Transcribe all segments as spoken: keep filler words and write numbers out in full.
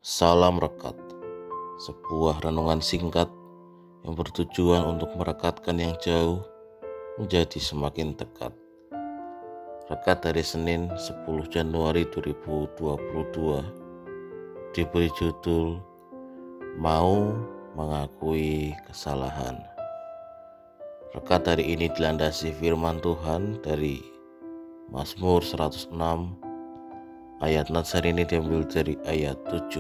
Salam Rekat, sebuah renungan singkat yang bertujuan untuk merekatkan yang jauh menjadi semakin dekat. Rekat dari Senin sepuluh Januari dua ribu dua puluh dua diberi judul Mau Mengakui Kesalahan. Rekat hari ini dilandasi firman Tuhan dari Mazmur seratus enam. Ayat nats hari ini diambil dari ayat tujuh.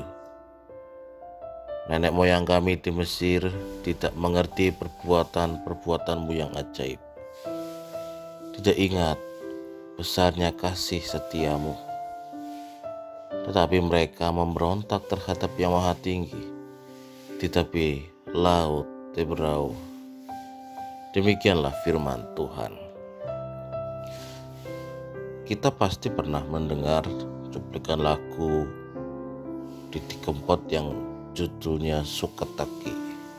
Nenek moyang kami di Mesir tidak mengerti perbuatan-perbuatanmu yang ajaib. Tidak ingat besarnya kasih setiamu. Tetapi mereka memberontak terhadap yang maha tinggi di tepi laut Teberau. Demikianlah firman Tuhan. Kita pasti pernah mendengar cuplikan lagu Didi Kempot yang judulnya Suketeki.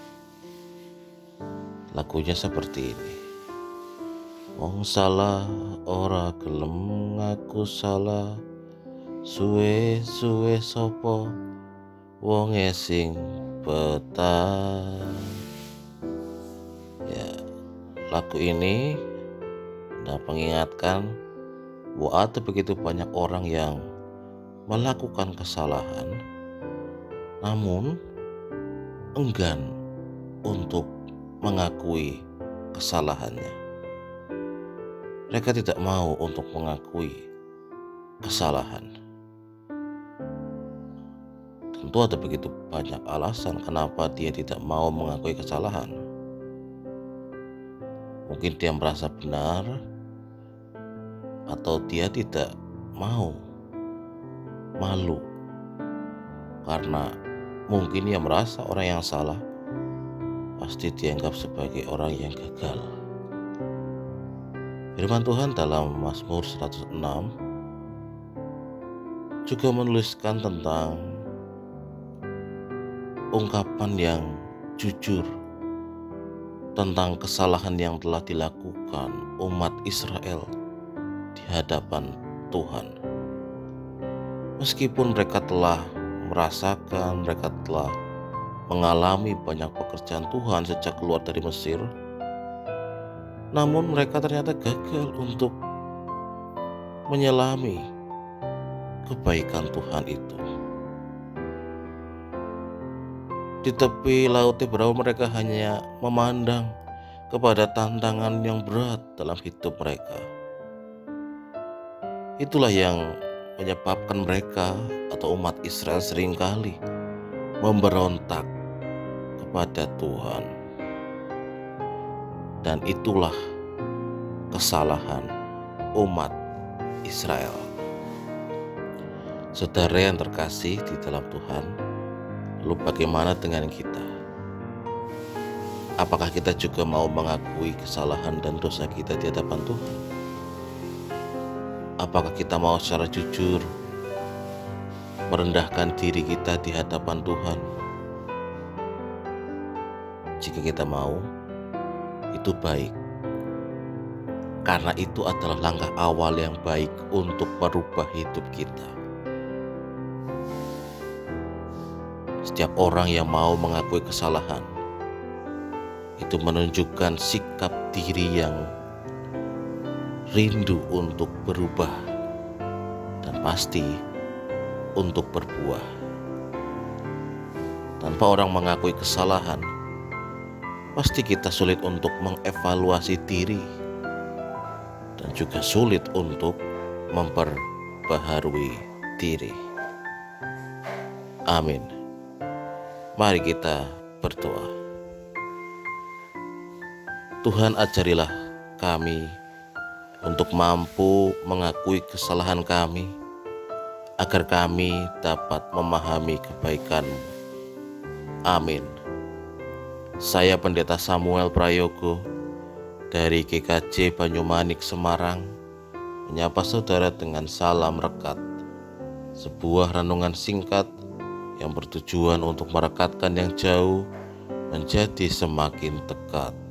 Lagunya seperti ini. Wong salah ora gelem ngaku salah, suwe-suwe sopo wonge sing petang. Ya, lagu ini hendak mengingatkan bahwa ada begitu banyak orang yang melakukan kesalahan namun enggan untuk mengakui kesalahannya. Mereka tidak mau untuk mengakui kesalahan. Tentu ada begitu banyak alasan kenapa dia tidak mau mengakui kesalahan. Mungkin dia merasa benar, atau dia tidak mau, malu, karena mungkin ia merasa orang yang salah pasti dianggap sebagai orang yang gagal. Firman Tuhan dalam Mazmur seratus enam juga menuliskan tentang ungkapan yang jujur tentang kesalahan yang telah dilakukan umat Israel di hadapan Tuhan. Meskipun mereka telah merasakan, mereka telah mengalami banyak pekerjaan Tuhan sejak keluar dari Mesir, namun mereka ternyata gagal untuk menyelami kebaikan Tuhan itu. Di tepi laut Teberau mereka hanya memandang kepada tantangan yang berat dalam hidup mereka. Itulah yang menyebabkan mereka atau umat Israel seringkali memberontak kepada Tuhan. Dan itulah kesalahan umat Israel. Saudara yang terkasih di dalam Tuhan, lalu bagaimana dengan kita? Apakah kita juga mau mengakui kesalahan dan dosa kita di hadapan Tuhan? Apakah kita mau secara jujur merendahkan diri kita di hadapan Tuhan? Jika kita mau, itu baik, karena itu adalah langkah awal yang baik untuk merubah hidup kita. Setiap orang yang mau mengakui kesalahan itu menunjukkan sikap diri yang rindu untuk berubah dan pasti untuk berbuah. Tanpa orang mengakui kesalahan, pasti kita sulit untuk mengevaluasi diri dan juga sulit untuk memperbaharui diri. Amin. Mari kita berdoa. Tuhan, ajarilah kami untuk mampu mengakui kesalahan kami, agar kami dapat memahami kebaikan-Mu. Amin. Saya Pendeta Samuel Prayogo dari G K J Banyumanik, Semarang, menyapa saudara dengan salam rekat, sebuah renungan singkat yang bertujuan untuk merekatkan yang jauh menjadi semakin dekat.